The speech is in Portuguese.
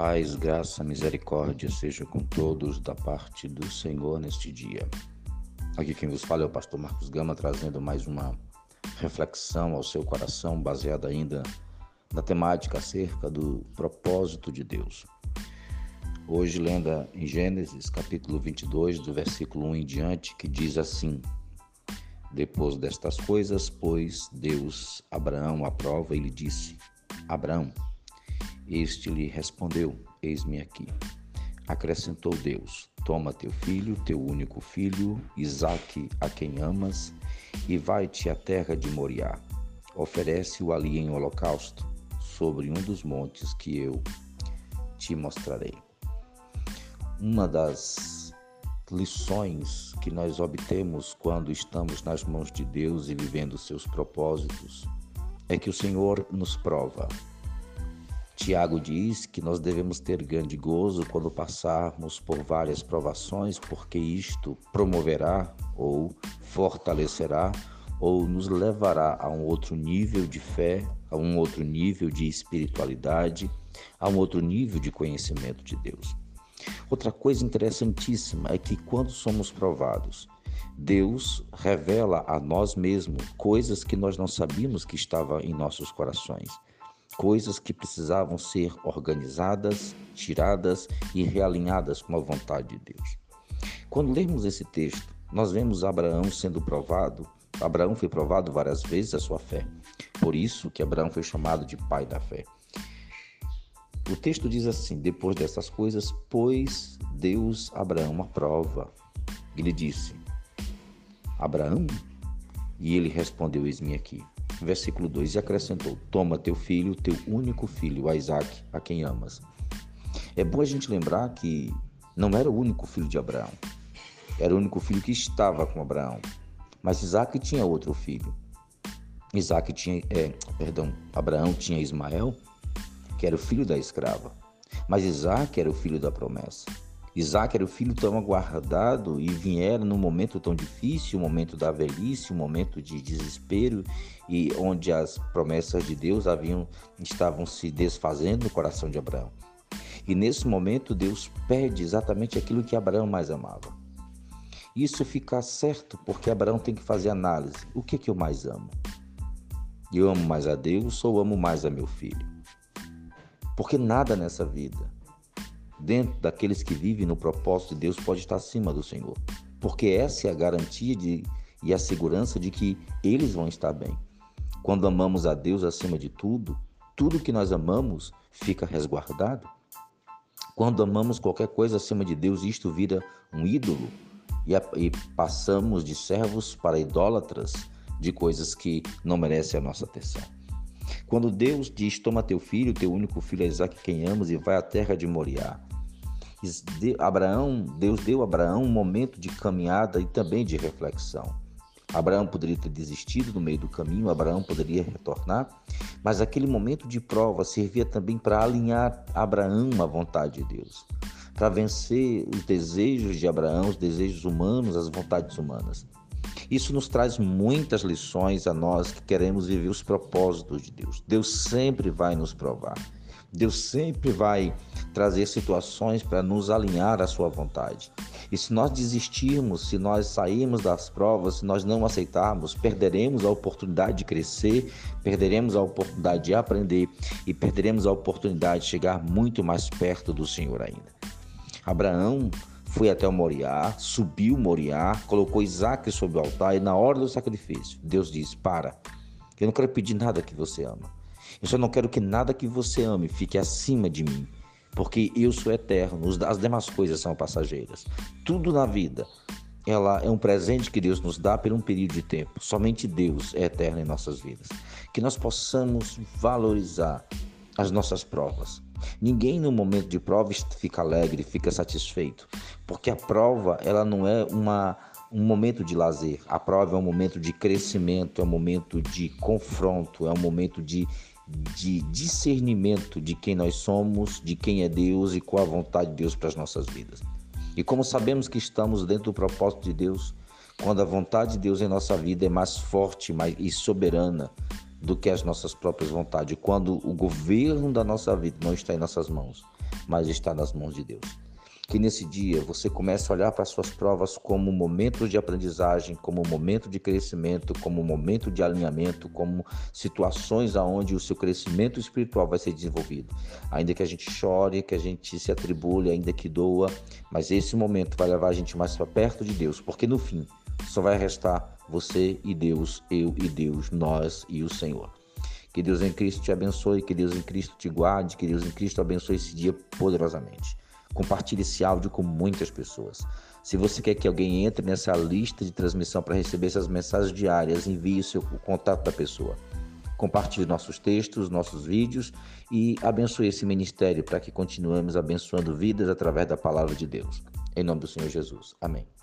Paz, graça, misericórdia seja com todos da parte do Senhor neste dia. Aqui quem vos fala é o pastor Marcos Gama, trazendo mais uma reflexão ao seu coração, baseada ainda na temática acerca do propósito de Deus. Hoje, lendo em Gênesis, capítulo 22, do versículo 1 em diante, que diz assim: Depois destas coisas, pôs Deus Abraão à prova e lhe disse: Abraão. Este lhe respondeu: Eis-me aqui. Acrescentou Deus: Toma teu filho, teu único filho, Isaque, a quem amas, e vai-te à terra de Moriá. Oferece-o ali em holocausto, sobre um dos montes que eu te mostrarei. Uma das lições que nós obtemos quando estamos nas mãos de Deus e vivendo seus propósitos é que o Senhor nos prova. Tiago diz que nós devemos ter grande gozo quando passarmos por várias provações, porque isto promoverá ou fortalecerá ou nos levará a um outro nível de fé, a um outro nível de espiritualidade, a um outro nível de conhecimento de Deus. Outra coisa interessantíssima é que quando somos provados, Deus revela a nós mesmos coisas que nós não sabíamos que estavam em nossos corações. Coisas que precisavam ser organizadas, tiradas e realinhadas com a vontade de Deus. Quando lemos esse texto, nós vemos Abraão sendo provado. Abraão foi provado várias vezes a sua fé. Por isso que Abraão foi chamado de pai da fé. O texto diz assim: depois dessas coisas, pôs Deus Abraão à prova. Ele disse: Abraão? E ele respondeu: Eis-me aqui. Versículo 2, e acrescentou: Toma teu filho, teu único filho, a Isaque, a quem amas. É bom a gente lembrar que não era o único filho de Abraão. Era o único filho que estava com Abraão. Mas Isaque tinha outro filho. Abraão tinha Ismael, que era o filho da escrava. Mas Isaque era o filho da promessa. Isaque era o filho tão aguardado e viera num momento tão difícil, o momento da velhice, um momento de desespero, e onde as promessas de Deus estavam se desfazendo no coração de Abraão. E nesse momento Deus pede exatamente aquilo que Abraão mais amava. Isso fica certo porque Abraão tem que fazer análise. O que eu mais amo? Eu amo mais a Deus ou amo mais a meu filho? Porque nada nessa vida, dentro daqueles que vivem no propósito de Deus, pode estar acima do Senhor. Porque essa é a garantia e a segurança de que eles vão estar bem. Quando amamos a Deus acima de tudo, tudo que nós amamos fica resguardado. Quando amamos qualquer coisa acima de Deus, isto vira um ídolo e passamos de servos para idólatras de coisas que não merecem a nossa atenção. Quando Deus diz: Toma teu filho, teu único filho, Isaque, quem amas, e vai à terra de Moriá. Deus deu a Abraão um momento de caminhada e também de reflexão. Abraão poderia ter desistido no meio do caminho, Abraão poderia retornar, mas aquele momento de prova servia também para alinhar Abraão à vontade de Deus, para vencer os desejos de Abraão, os desejos humanos, as vontades humanas. Isso nos traz muitas lições a nós que queremos viver os propósitos de Deus. Deus sempre vai nos provar. Deus sempre vai trazer situações para nos alinhar à sua vontade. E se nós desistirmos, se nós sairmos das provas, se nós não aceitarmos, perderemos a oportunidade de crescer, perderemos a oportunidade de aprender e perderemos a oportunidade de chegar muito mais perto do Senhor ainda. Abraão foi até o Moriá, subiu Moriá, colocou Isaque sobre o altar e na hora do sacrifício, Deus disse: Para, eu não quero pedir nada que você ama. Eu só não quero que nada que você ame fique acima de mim, porque eu sou eterno, as demais coisas são passageiras. Tudo na vida, ela é um presente que Deus nos dá por um período de tempo. Somente Deus é eterno em nossas vidas. Que nós possamos valorizar as nossas provas. Ninguém no momento de prova fica alegre, fica satisfeito, porque a prova ela não é um momento de lazer. A prova é um momento de crescimento, é um momento de confronto, é um momento de discernimento de quem nós somos, de quem é Deus e qual a vontade de Deus para as nossas vidas. E como sabemos que estamos dentro do propósito de Deus, quando a vontade de Deus em nossa vida é mais forte e soberana do que as nossas próprias vontades, quando o governo da nossa vida não está em nossas mãos, mas está nas mãos de Deus. Que nesse dia você comece a olhar para as suas provas como momentos de aprendizagem, como momento de crescimento, como momento de alinhamento, como situações onde o seu crescimento espiritual vai ser desenvolvido. Ainda que a gente chore, que a gente se atribule, ainda que doa, mas esse momento vai levar a gente mais para perto de Deus, porque no fim só vai restar você e Deus, eu e Deus, nós e o Senhor. Que Deus em Cristo te abençoe, que Deus em Cristo te guarde, que Deus em Cristo abençoe esse dia poderosamente. Compartilhe esse áudio com muitas pessoas. Se você quer que alguém entre nessa lista de transmissão para receber essas mensagens diárias, envie o contato da pessoa. Compartilhe nossos textos, nossos vídeos e abençoe esse ministério para que continuemos abençoando vidas através da palavra de Deus. Em nome do Senhor Jesus. Amém.